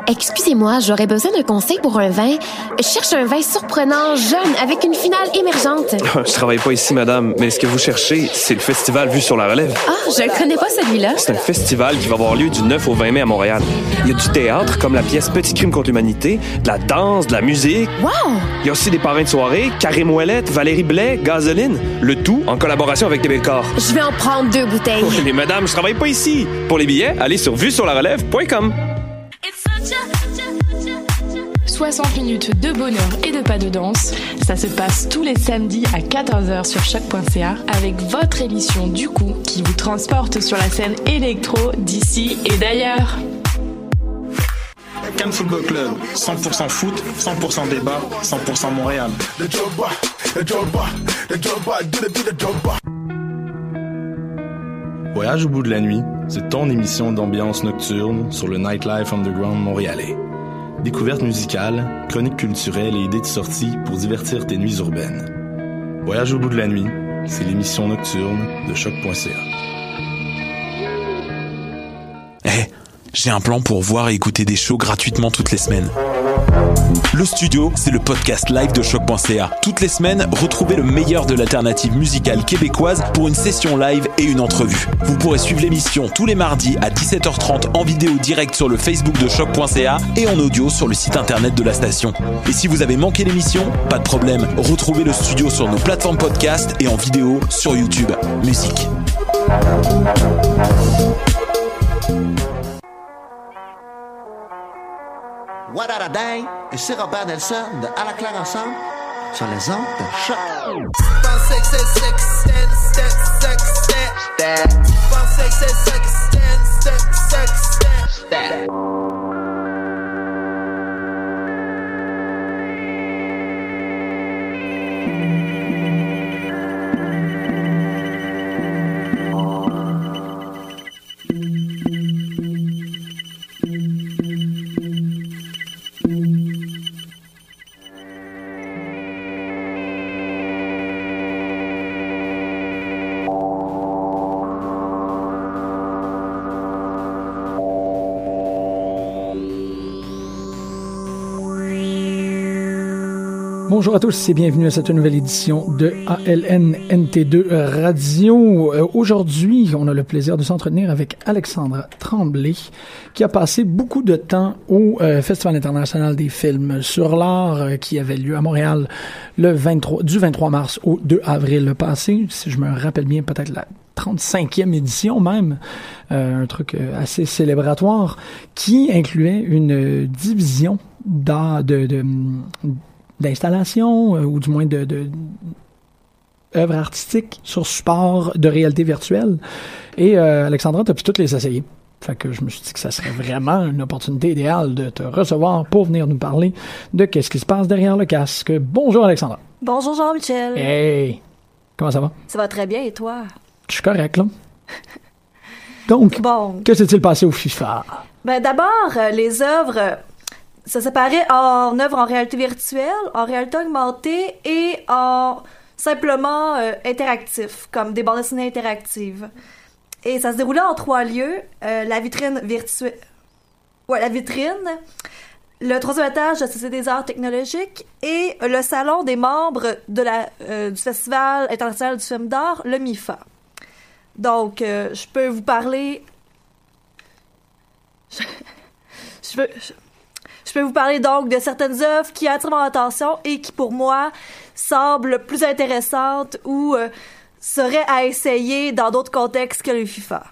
Excusez-moi, j'aurais besoin d'un conseil pour un vin. Je cherche un vin surprenant, jeune, avec une finale émergente. Je travaille pas ici, madame, mais ce que vous cherchez, c'est le festival Vue sur la Relève. Ah, je ne connais pas celui-là. C'est un festival qui va avoir lieu du 9 au 20 mai à Montréal. Il y a du théâtre, comme la pièce Petit crime contre l'humanité, de la danse, de la musique. Wow! Il y a aussi des parrains de soirée, Karim Ouellette, Valérie Blais, Gasoline. Le tout en collaboration avec Québécois. Je vais en prendre 2 bouteilles. Oui, mais madame, je travaille pas ici. Pour les billets, allez sur vuesurlarelève.com. 60 minutes de bonheur et de pas de danse. Ça se passe tous les samedis à 14h sur choc.ca avec votre émission du coup qui vous transporte sur la scène électro d'ici et d'ailleurs. Cannes Football Club, 100% foot, 100% débat, 100% Montréal. Voyage au bout de la nuit, c'est ton émission d'ambiance nocturne sur le Nightlife Underground montréalais. Découvertes musicales, chroniques culturelles et idées de sortie pour divertir tes nuits urbaines. Voyage au bout de la nuit, c'est l'émission nocturne de choc.ca. J'ai un plan pour voir et écouter des shows gratuitement toutes les semaines. Le Studio, c'est le podcast live de choc.ca. Toutes les semaines, retrouvez le meilleur de l'alternative musicale québécoise pour une session live et une entrevue. Vous pourrez suivre l'émission tous les mardis à 17h30 en vidéo direct sur le Facebook de choc.ca et en audio sur le site internet de la station. Et si vous avez manqué l'émission, pas de problème, retrouvez le Studio sur nos plateformes podcast et en vidéo sur YouTube. Musique. What a day, ici Robert Nelson de À la claire ensemble sur les ondes de Choc. Bonjour à tous et bienvenue à cette nouvelle édition de ALN-NT2 Radio. Aujourd'hui, on a le plaisir de s'entretenir avec Alexandra Tremblay, qui a passé beaucoup de temps au Festival international des films sur l'art qui avait lieu à Montréal du 23 mars au 2 avril passé. Si je me rappelle bien, peut-être la 35e édition même, un truc assez célébratoire, qui incluait une division d'installation ou du moins de œuvres artistiques sur support de réalité virtuelle. Et Alexandra, t'as pu toutes les essayer. Fait que je me suis dit que ça serait vraiment une opportunité idéale de te recevoir pour venir nous parler de qu'est-ce qui se passe derrière le casque. Bonjour Alexandra. Bonjour Jean-Michel. Hey! Comment ça va? Ça va très bien et toi? Je suis correct, là. Donc, que s'est-il passé au FIFA? Ben d'abord, les œuvres... Ça séparait en œuvres en réalité virtuelle, en réalité augmentée et en simplement interactif, comme des bandes dessinées interactives. Et ça se déroulait en 3 lieux. La vitrine virtuelle... Ouais, la vitrine, le 3e étage de la Société des arts technologiques et le salon des membres de du Festival international du film d'art, le MIFA. Donc, je peux vous parler... Je peux vous parler donc de certaines œuvres qui attirent mon attention et qui, pour moi, semblent plus intéressantes ou seraient à essayer dans d'autres contextes que le FIFA.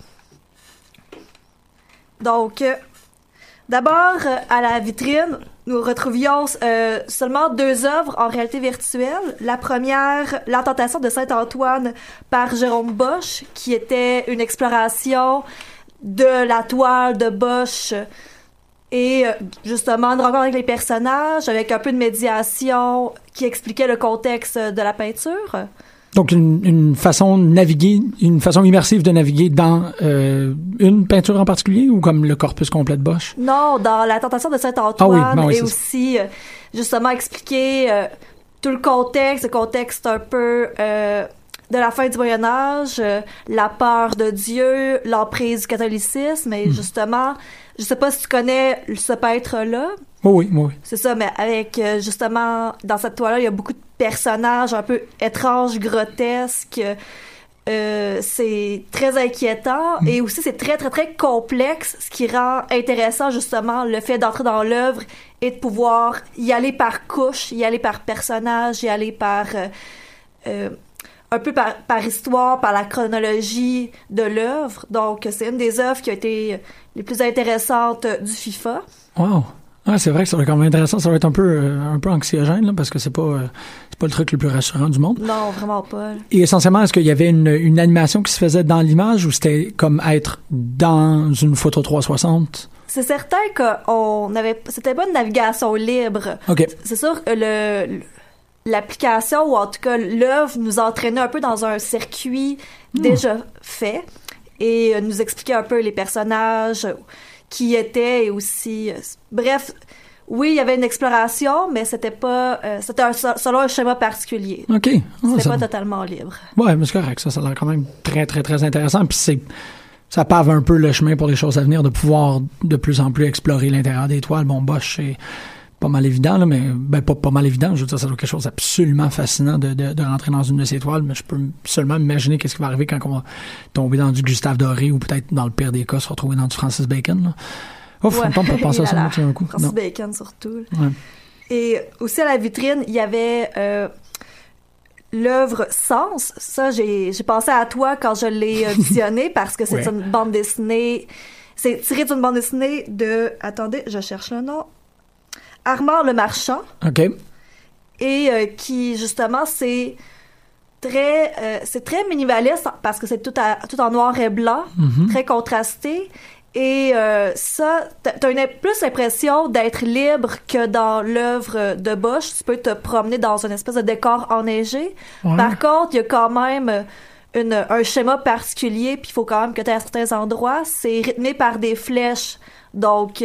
Donc, d'abord, à la vitrine, nous retrouvions seulement 2 œuvres en réalité virtuelle. La première, La Tentation de Saint-Antoine par Jérôme Bosch, qui était une exploration de la toile de Bosch et justement une rencontre avec les personnages, avec un peu de médiation qui expliquait le contexte de la peinture. Donc une façon de naviguer, une façon immersive de naviguer dans une peinture en particulier ou comme le corpus complet de Bosch? Non, dans La Tentation de Saint-Antoine. Ah oui, et aussi justement expliquer tout le contexte un peu de la fin du Moyen-Âge, la peur de Dieu, l'emprise du catholicisme et justement Je sais pas si tu connais ce peintre-là. Oui, oui. C'est ça, mais avec, justement, dans cette toile-là, il y a beaucoup de personnages un peu étranges, grotesques. C'est très inquiétant et aussi c'est très, très, très complexe, ce qui rend intéressant, justement, le fait d'entrer dans l'œuvre et de pouvoir y aller par couche, y aller par personnage, y aller par... un peu par histoire, par la chronologie de l'œuvre. Donc, c'est une des œuvres qui a été les plus intéressantes du FIFA. Wow! Ah, c'est vrai que ça va être quand même intéressant. Ça va être un peu anxiogène, là, parce que c'est pas le truc le plus rassurant du monde. Non, vraiment pas. Et essentiellement, est-ce qu'il y avait une animation qui se faisait dans l'image ou c'était comme être dans une photo 360? C'est certain c'était pas une navigation libre. OK. C'est sûr que l'application, ou en tout cas l'œuvre, nous entraînait un peu dans un circuit déjà fait et nous expliquait un peu les personnages, qui étaient et aussi... bref, oui, il y avait une exploration, mais c'était pas... c'était selon un schéma particulier. OK. C'était pas totalement libre. Ouais, mais c'est correct. Ça a l'air quand même très, très, très intéressant. Puis ça pave un peu le chemin pour les choses à venir, de pouvoir de plus en plus explorer l'intérieur des toiles. Bon, Bosch, c'est pas mal évident, là, mais pas mal évident. Je veux dire, ça doit être quelque chose d'absolument fascinant de rentrer dans une de ces toiles, mais je peux seulement imaginer qu'est-ce qui va arriver quand on va tomber dans du Gustave Doré ou peut-être, dans le pire des cas, se retrouver dans du Francis Bacon. Là. Ouf, on peut penser à ça un coup. Francis Bacon, surtout. Ouais. Et aussi, à la vitrine, il y avait l'œuvre Sens. Ça, j'ai pensé à toi quand je l'ai visionnée parce que c'est une bande dessinée... C'est tiré d'une bande dessinée de... Attendez, je cherche le nom. Armand Le Marchand. OK. Et qui, justement, c'est très minimaliste parce que c'est tout en noir et blanc, très contrasté. Et ça, t'as plus l'impression d'être libre que dans l'œuvre de Bosch. Tu peux te promener dans une espèce de décor enneigé. Ouais. Par contre, il y a quand même un schéma particulier, puis il faut quand même que tu aies à certains endroits. C'est rythmé par des flèches. Donc...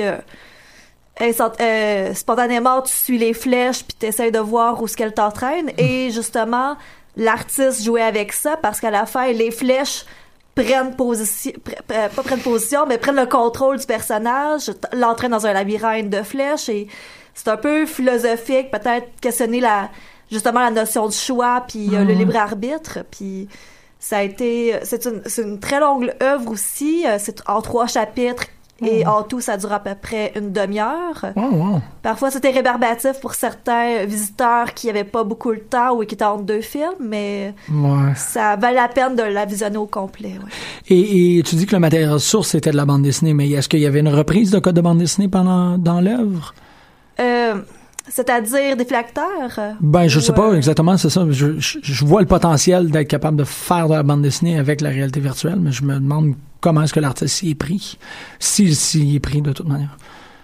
spontanément, tu suis les flèches puis tu essaies de voir où est-ce qu'elles t'entraînent. Et justement, l'artiste jouait avec ça parce qu'à la fin, les flèches prennent position, pas prennent position, mais prennent le contrôle du personnage, l'entraînent dans un labyrinthe de flèches. Et c'est un peu philosophique, peut-être questionner justement la notion du choix puis le libre arbitre. Puis ça a été... C'est une très longue œuvre aussi. C'est en 3 chapitres. Et en tout, ça dure à peu près une demi-heure. Parfois, c'était rébarbatif pour certains visiteurs qui n'avaient pas beaucoup le temps ou qui étaient entre 2 films, mais ça valait la peine de la visionner au complet. Ouais. Et tu dis que le matériel source, c'était de la bande dessinée, mais est-ce qu'il y avait une reprise de code de bande dessinée dans l'œuvre? C'est-à-dire des flacteurs? Je sais pas exactement, c'est ça. Je vois le potentiel d'être capable de faire de la bande dessinée avec la réalité virtuelle, mais je me demande comment est-ce que l'artiste y est pris, s'il est pris de toute manière.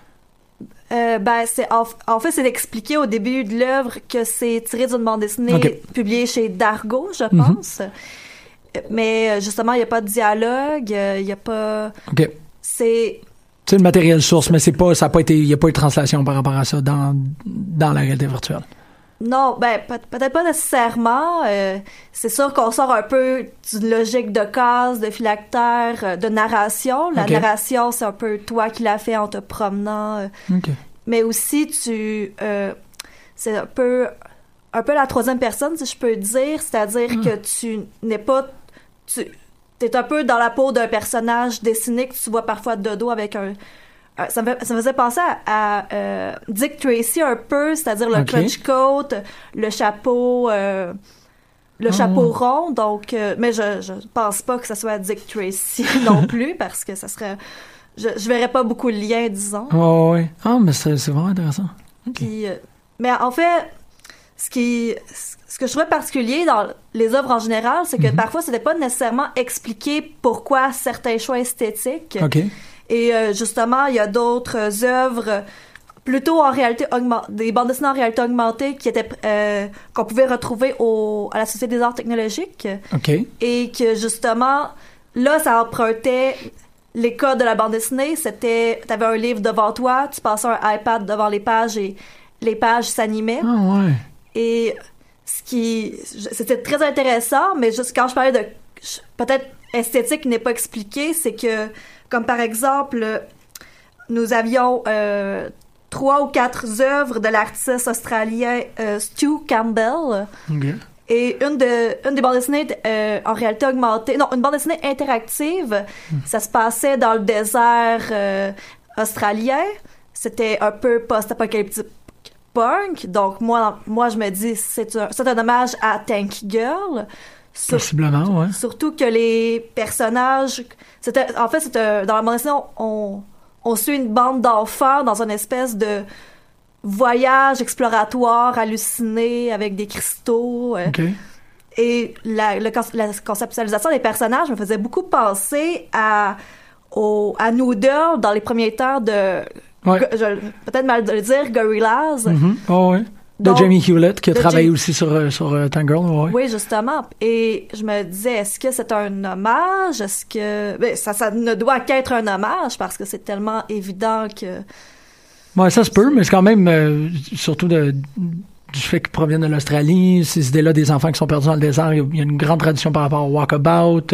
En fait, c'est d'expliquer au début de l'œuvre que c'est tiré d'une bande dessinée publiée chez Dargaud, je pense. Mais justement, il n'y a pas de dialogue, il n'y a pas... C'est le matériel source, mais il n'y a pas eu de translation par rapport à ça dans la réalité virtuelle. Non, peut-être pas nécessairement. C'est sûr qu'on sort un peu d'une logique de cases, de phylactère, de narration. La narration, c'est un peu toi qui l'as fait en te promenant. Mais aussi, c'est un peu la troisième personne, si je peux dire. C'est-à-dire que tu n'es pas... T'es un peu dans la peau d'un personnage dessiné que tu vois parfois de dos avec ça me faisait penser à Dick Tracy un peu, c'est-à-dire le trench coat, le chapeau rond. Donc, mais je pense pas que ça soit Dick Tracy non plus parce que ça serait... Je verrais pas beaucoup le lien, disons. Mais c'est vraiment intéressant. Puis, mais en fait, ce que je trouvais particulier dans les œuvres en général, c'est que parfois, c'était pas nécessairement expliqué pourquoi certains choix esthétiques. Et justement, il y a d'autres œuvres plutôt en réalité des bandes dessinées en réalité augmentée qui étaient qu'on pouvait retrouver à la Société des arts technologiques. Et que justement, là, ça empruntait les codes de la bande dessinée. T'avais un livre devant toi, tu passais un iPad devant les pages et les pages s'animaient. Et c'était très intéressant, mais juste quand je parlais de peut-être esthétique qui n'est pas expliquée, c'est que, comme par exemple, nous avions 3 ou 4 œuvres de l'artiste australien Stu Campbell. Okay. Et une des bandes dessinées en réalité augmentée, non, une bande dessinée interactive. Ça se passait dans le désert australien. C'était un peu post-apocalyptique punk. Donc moi je me dis c'est un hommage à Tank Girl. Possiblement, ouais. Surtout que les personnages, dans la bande dessinée on suit une bande d'enfants dans une espèce de voyage exploratoire halluciné avec des cristaux. Okay. Et la conceptualisation des personnages me faisait beaucoup penser à Noodle dans les premiers temps de... Ouais. Peut-être mal de le dire, Gorillaz. Mm-hmm. Oh, ouais. De Jamie Hewlett, qui a travaillé aussi sur Tank Girl. Ouais. Oui, justement. Et je me disais, est-ce que c'est un hommage? Est-ce que... Ben, ça ne doit qu'être un hommage parce que c'est tellement évident que... Ouais, ça se peut, mais c'est quand même, surtout du fait qu'ils proviennent de l'Australie, ces idées-là des enfants qui sont perdus dans le désert, il y a une grande tradition par rapport au walkabout.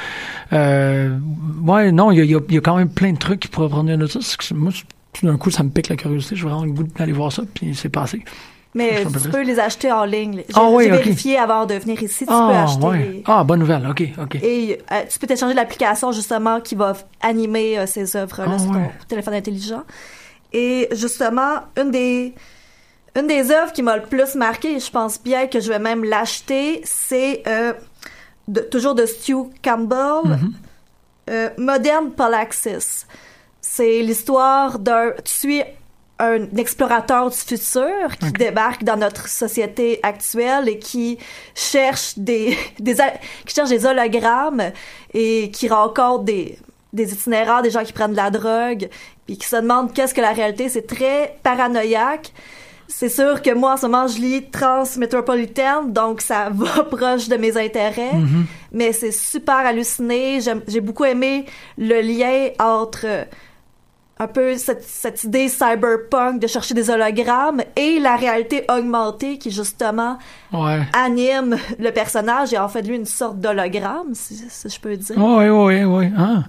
Ouais, non, il y a quand même plein de trucs qui pourraient provenir de ça. Moi, tout d'un coup, ça me pique la curiosité. J'ai vraiment le goût d'aller voir ça, puis c'est passé. Mais tu peux les acheter en ligne. J'ai vérifié avant de venir ici. Tu peux acheter. Ouais. Ah, bonne nouvelle. OK. Et tu peux télécharger l'application, justement, qui va animer ces œuvres-là sur ton téléphone intelligent. Et justement, une des œuvres qui m'a le plus marqué, et je pense bien que je vais même l'acheter, c'est toujours de Stu Campbell, Modern Polaxis. C'est l'histoire tu suis un explorateur du futur qui débarque dans notre société actuelle et qui cherche des hologrammes et qui rencontre des itinéraires, des gens qui prennent de la drogue, puis qui se demandent qu'est-ce que la réalité. C'est très paranoïaque. C'est sûr que moi, en ce moment, je lis Transmétropolitaine, donc ça va proche de mes intérêts, mais c'est super halluciné. J'ai beaucoup aimé le lien entre un peu cette idée cyberpunk de chercher des hologrammes et la réalité augmentée qui, justement, anime le personnage et en fait de lui une sorte d'hologramme, si je peux dire. Oui. Ah.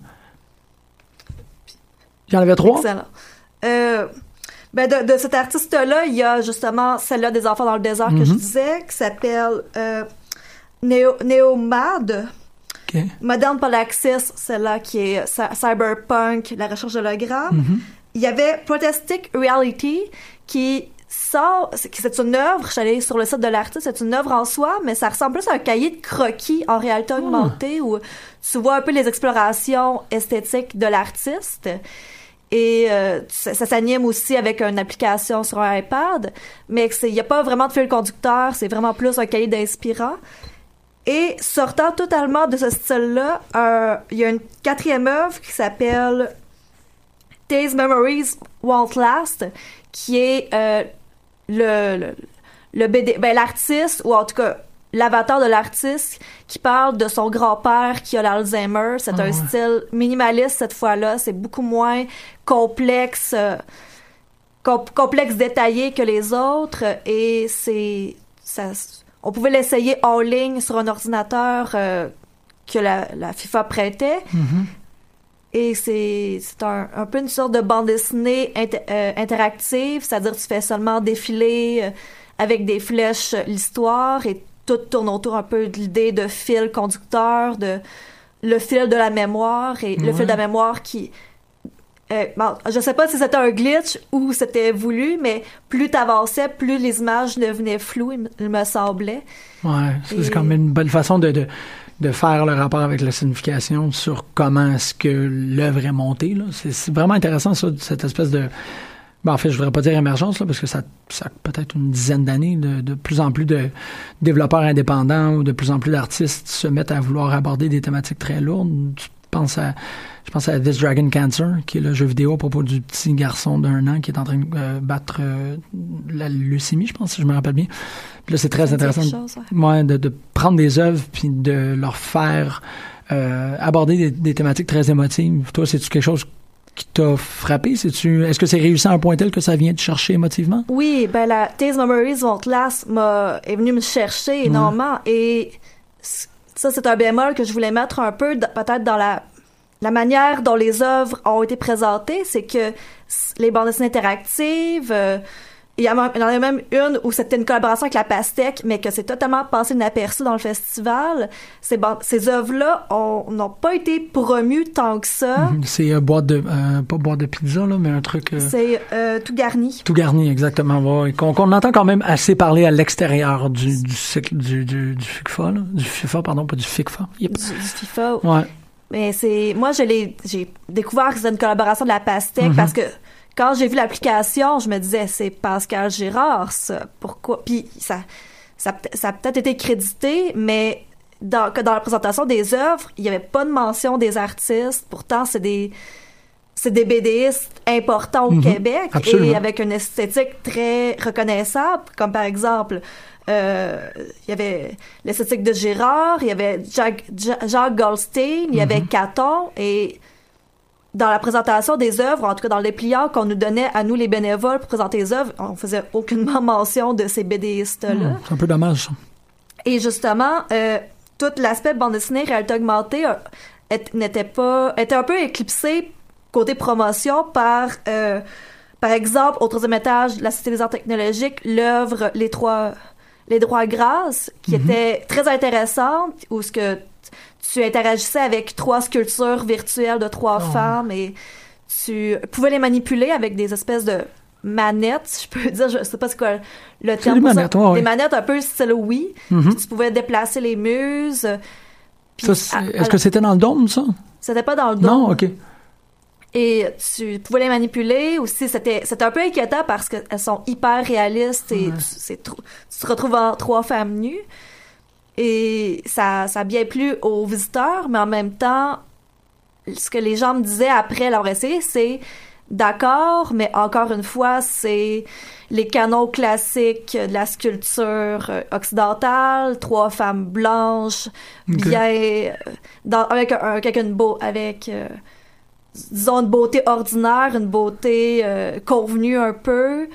Il y en avait 3? Excellent. De cet artiste-là, il y a justement celle-là des enfants dans le désert que je disais, qui s'appelle Neomad. Okay. Modern Polaxis, celle-là qui est cyberpunk, la recherche d'hologrammes. Il y avait Protestic Reality qui c'est une œuvre, je suis allée sur le site de l'artiste, c'est une œuvre en soi, mais ça ressemble plus à un cahier de croquis en réalité augmentée où tu vois un peu les explorations esthétiques de l'artiste. Et ça s'anime aussi avec une application sur un iPad, mais il n'y a pas vraiment de fil conducteur, c'est vraiment plus un cahier d'inspirant. Et sortant totalement de ce style-là, il y a une 4e œuvre qui s'appelle These Memories Won't Last, qui est le BD, l'artiste, ou en tout cas l'avatar de l'artiste qui parle de son grand-père qui a l'Alzheimer. C'est un style minimaliste cette fois-là, c'est beaucoup moins complexe détaillé que les autres, et on pouvait l'essayer en ligne sur un ordinateur que la FIFA prêtait. Et c'est un peu une sorte de bande dessinée interactive, c'est-à-dire que tu fais seulement défiler avec des flèches l'histoire et tout tourne autour un peu de l'idée de fil conducteur, de le fil de la mémoire et le fil de la mémoire qui... je sais pas si c'était un glitch ou c'était voulu, mais plus t'avançais, plus les images devenaient floues, il me semblait. Ouais, c'est quand même une bonne façon de faire le rapport avec la signification sur comment est-ce que l'œuvre est montée, là. C'est vraiment intéressant, ça, cette espèce de... en fait, je voudrais pas dire émergence, là, parce que ça a peut-être une dizaine d'années, de plus en plus de développeurs indépendants ou de plus en plus d'artistes se mettent à vouloir aborder des thématiques très lourdes. Je pense à This Dragon Cancer, qui est le jeu vidéo à propos du petit garçon d'1 an qui est en train de battre la leucémie, je pense, si je me rappelle bien. Puis là, c'est très intéressant de prendre des œuvres puis de leur faire aborder des thématiques très émotives. Toi, c'est-tu quelque chose qui t'a frappé? Est-ce que c'est réussi à un point tel que ça vient te chercher émotivement? Oui, la These Memories Won't Last est venue me chercher énormément, et ça, c'est un bémol que je voulais mettre un peu peut-être dans la la manière dont les œuvres ont été présentées, c'est que les bandes dessinées interactives, il y en a même une où c'était une collaboration avec la Pastèque, mais que c'est totalement passé inaperçu dans le festival. Ces œuvres-là n'ont pas été promues tant que ça. C'est pas boîte de pizza, là, mais un truc... C'est tout garni. Tout garni, exactement. Ouais, qu'on entend quand même assez parler à l'extérieur du FICFA, là. Du FIFA, pardon, pas du FICFA. Yep. Du FIFA. Ouais. Mais moi, j'ai découvert que c'était une collaboration de la Pastèque parce que quand j'ai vu l'application, je me disais, c'est Pascal Girard, ça. Pourquoi? Puis ça a peut-être été crédité, mais dans la présentation des œuvres, il n'y avait pas de mention des artistes. Pourtant, c'est des BDistes importants au Québec. Absolument. Et avec une esthétique très reconnaissable, comme par exemple... il y avait l'esthétique de Girard, il y avait Jacques Goldstein, il y avait Caton, et dans la présentation des œuvres, en tout cas dans le dépliant qu'on nous donnait à nous les bénévoles pour présenter les œuvres, on faisait aucunement mention de ces BDistes-là. C'est un peu dommage, ça. Et justement, tout l'aspect bande dessinée, réalité augmentée était un peu éclipsé côté promotion par exemple, au troisième étage de la Société des arts technologiques, l'œuvre Les droits grâce, qui était très intéressante, où ce que tu interagissais avec 3 sculptures virtuelles de 3 femmes et tu pouvais les manipuler avec des espèces de manettes, si je peux dire, je sais pas c'est quoi le terme pour ça. Des manettes un peu style Wii. Puis tu pouvais déplacer les muses. Puis est-ce que c'était dans le dôme, ça? C'était pas dans le dôme. Non, OK. Et tu pouvais les manipuler aussi. C'était un peu inquiétant parce qu'elles sont hyper réalistes et tu te retrouves en 3 femmes nues. Et ça a bien plu aux visiteurs, mais en même temps, ce que les gens me disaient après l'avoir essayé, c'est d'accord, mais encore une fois, c'est les canons classiques de la sculpture occidentale, 3 femmes blanches, bien avec disons une beauté ordinaire, une beauté convenue un peu.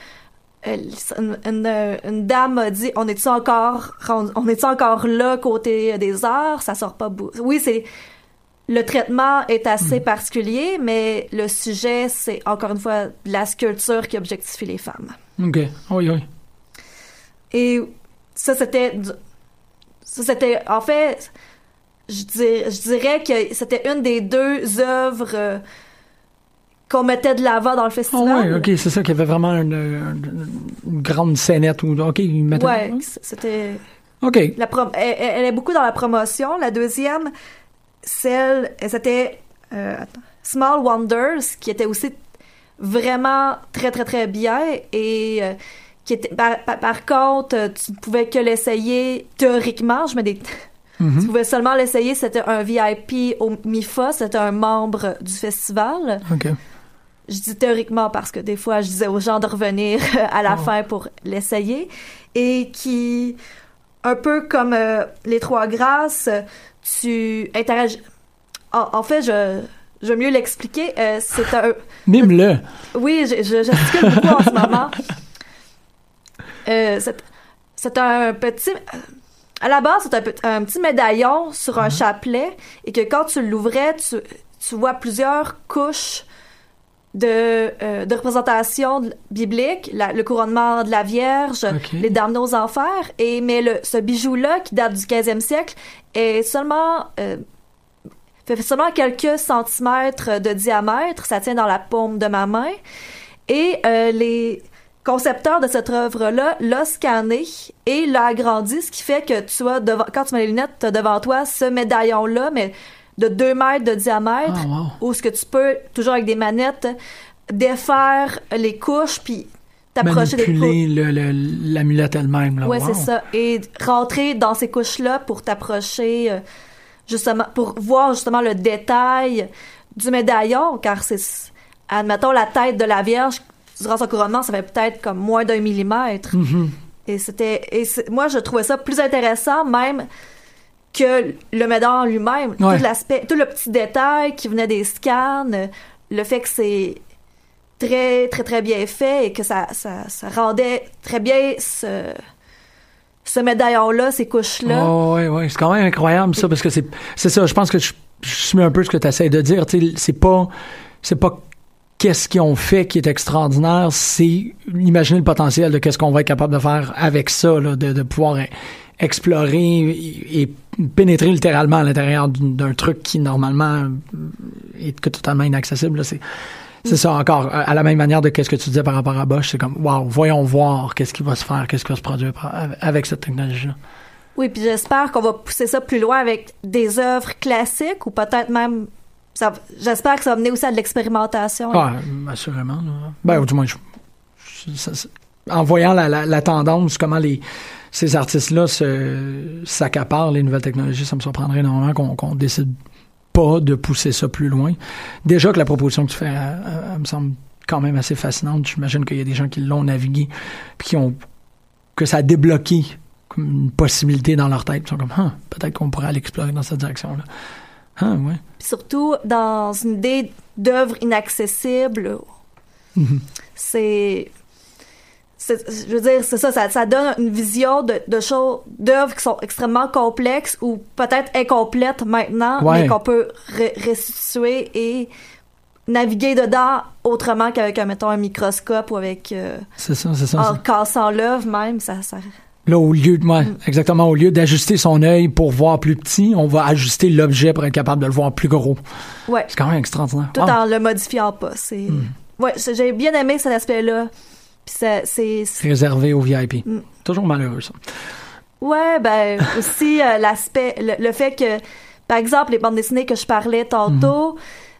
Une dame m'a dit on est-tu encore là côté des arts, ça sort pas oui, c'est le traitement est assez particulier, mais le sujet c'est encore une fois la sculpture qui objectifie les femmes. OK. Oui. Et ça c'était en fait je dirais que c'était une des 2 œuvres qu'on mettait de l'avant dans le festival. Oui, OK, c'est ça, qu'il y avait vraiment une grande scénette où, OK, ils mettaient... Ouais, c'était... OK. Elle est beaucoup dans la promotion. La deuxième, c'était Small Wonders, qui était aussi vraiment très, très, très bien et qui était... Par contre, tu ne pouvais que l'essayer théoriquement. Tu pouvais seulement l'essayer, c'était un VIP au MIFA, c'était un membre du festival. OK. Je dis théoriquement parce que des fois, je disais aux gens de revenir à la fin pour l'essayer. Et qui, un peu comme les 3 grâces, tu interagis... En fait, je vais mieux l'expliquer. C'est un... Mime-le! Oui, j'articule beaucoup en ce moment. C'est un petit... À la base, c'est un petit médaillon sur un chapelet et que quand tu l'ouvrais, tu vois plusieurs couches de représentation biblique, le couronnement de la Vierge, les damnés aux enfers, mais ce bijou-là, qui date du 15e siècle, est fait seulement quelques centimètres de diamètre, ça tient dans la paume de ma main, et les concepteur de cette œuvre-là l'a scanné et l'a agrandi, ce qui fait que quand tu mets les lunettes, tu as devant toi ce médaillon-là, mais de 2 mètres de diamètre, où ce que tu peux, toujours avec des manettes, défaire les couches, puis t'approcher des couches. Manipuler l'amulette elle-même. Oui, c'est ça. Et rentrer dans ces couches-là pour t'approcher, justement, pour voir justement le détail du médaillon, car c'est, admettons, la tête de la Vierge, durant son couronnement, ça fait peut-être comme moins d'1 millimètre. Et moi, je trouvais ça plus intéressant même que le médaillon lui-même. Tout l'aspect, tout le petit détail qui venait des scans, le fait que c'est très, très, très bien fait et que ça rendait très bien ce médaillon-là, ces couches-là. Oui. C'est quand même incroyable, ça, parce que c'est ça. Je pense que je suis un peu ce que tu essaies de dire. C'est pas qu'est-ce qu'ils ont fait qui est extraordinaire, c'est imaginer le potentiel de qu'est-ce qu'on va être capable de faire avec ça, là, de pouvoir explorer et pénétrer littéralement à l'intérieur d'un truc qui normalement est totalement inaccessible. Là. C'est ça encore, à la même manière de qu'est-ce que tu disais par rapport à Bosch, c'est comme wow, voyons voir qu'est-ce qui va se faire, qu'est-ce qui va se produire avec cette technologie-là. Oui, puis j'espère qu'on va pousser ça plus loin avec des œuvres classiques ou peut-être même j'espère que ça va mener aussi à de l'expérimentation. Ah, assurément. Ben, du moins, en voyant la tendance, comment ces artistes-là s'accaparent les nouvelles technologies, ça me surprendrait énormément qu'on décide pas de pousser ça plus loin. Déjà que la proposition que tu fais, elle me semble quand même assez fascinante. J'imagine qu'il y a des gens qui l'ont navigué puis que ça a débloqué comme une possibilité dans leur tête. Ils sont comme, peut-être qu'on pourrait aller explorer dans cette direction-là. Ouais. Puis surtout, dans une idée d'œuvre inaccessible, je veux dire, c'est ça donne une vision de choses, d'œuvres qui sont extrêmement complexes ou peut-être incomplètes maintenant, mais qu'on peut restituer et naviguer dedans autrement qu'avec, mettons, un microscope ou avec... c'est ça. En cassant l'œuvre même, ça... Là, au lieu d'ajuster son œil pour voir plus petit, on va ajuster l'objet pour être capable de le voir plus gros. Ouais. C'est quand même extraordinaire. Tout en le modifiant pas. Ouais, j'ai bien aimé cet aspect-là. Puis c'est réservé aux VIP. Toujours malheureux, ça. Ouais, ben aussi l'aspect, le fait que, par exemple, les bandes dessinées que je parlais tantôt,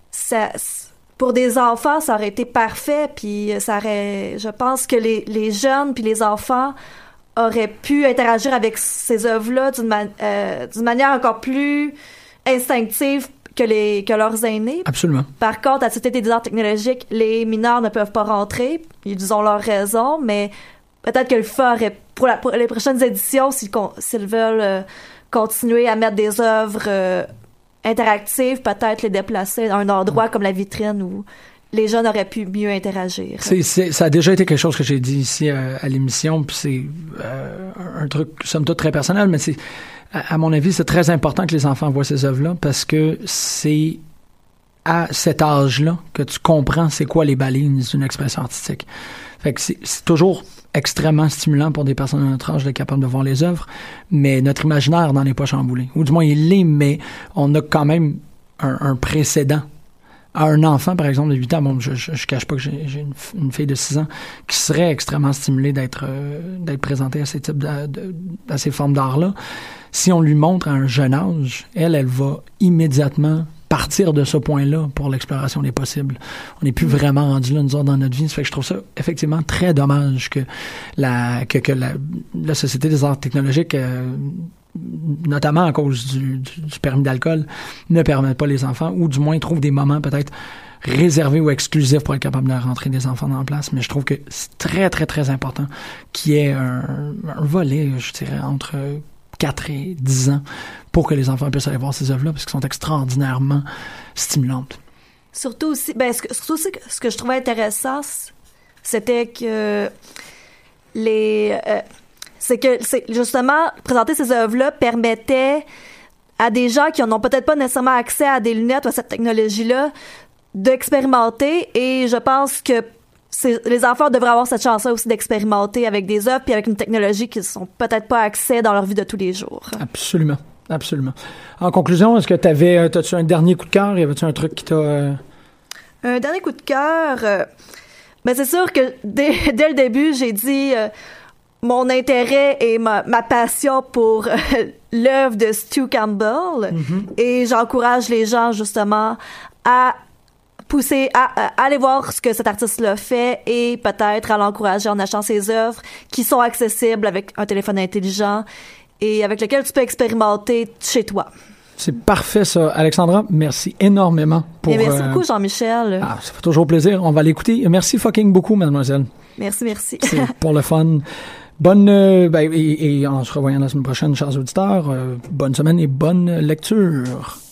pour des enfants, ça aurait été parfait. Puis je pense que les jeunes puis les enfants auraient pu interagir avec ces œuvres-là d'une manière encore plus instinctive que leurs aînés. Absolument. Par contre, à la Société des arts technologiques, les mineurs ne peuvent pas rentrer. Ils ont leur raison, mais peut-être que le FA aurait, pour les prochaines éditions, s'ils veulent continuer à mettre des œuvres interactives, peut-être les déplacer à un endroit comme la vitrine où les jeunes auraient pu mieux interagir. Ça a déjà été quelque chose que j'ai dit ici à l'émission, puis c'est un truc, somme toute, très personnel, mais c'est, à mon avis, c'est très important que les enfants voient ces œuvres-là, parce que c'est à cet âge-là que tu comprends c'est quoi les balises d'une expression artistique. Fait que c'est toujours extrêmement stimulant pour des personnes de notre âge d'être capable de voir les œuvres, mais notre imaginaire n'en est pas chamboulé. Ou du moins, il l'est, mais on a quand même un précédent. À un enfant, par exemple, de 8 ans, bon, je cache pas que j'ai une fille de 6 ans qui serait extrêmement stimulée d'être présentée à ces types à ces formes d'art-là. Si on lui montre à un jeune âge, elle va immédiatement partir de ce point-là pour l'exploration des possibles. On n'est plus vraiment rendu là, nous autres, dans notre vie. Ça fait que je trouve ça effectivement très dommage que la Société des arts technologiques, notamment à cause du permis d'alcool, ne permet pas les enfants, ou du moins trouve des moments peut-être réservés ou exclusifs pour être capable de rentrer des enfants dans la place. Mais je trouve que c'est très, très, très important qu'il y ait un volet, je dirais, entre 4 et 10 ans pour que les enfants puissent aller voir ces œuvres-là, parce qu'elles sont extraordinairement stimulantes. Surtout aussi, ce que je trouvais intéressant, c'était que justement, présenter ces œuvres-là permettait à des gens qui n'ont peut-être pas nécessairement accès à des lunettes ou à cette technologie-là d'expérimenter, et je pense que les enfants devraient avoir cette chance-là aussi d'expérimenter avec des œuvres puis avec une technologie qui ne sont peut-être pas accès dans leur vie de tous les jours. Absolument. Absolument. En conclusion, est-ce que t'as-tu un dernier coup de cœur? Y avait-tu un truc qui t'a... Un dernier coup de cœur? Ben c'est sûr que dès le début, j'ai dit mon intérêt et ma passion pour l'œuvre de Stu Campbell. Mm-hmm. Et j'encourage les gens, justement, à pousser, à aller voir ce que cet artiste-là fait et peut-être à l'encourager en achetant ses œuvres qui sont accessibles avec un téléphone intelligent et avec lequel tu peux expérimenter chez toi. C'est parfait, ça. Alexandra, merci énormément pour... Et merci beaucoup, Jean-Michel. Ça fait toujours plaisir. On va l'écouter. Merci fucking beaucoup, mademoiselle. Merci. C'est pour le fun. Bonne... et en se revoyant la semaine prochaine, chers auditeurs, bonne semaine et bonne lecture.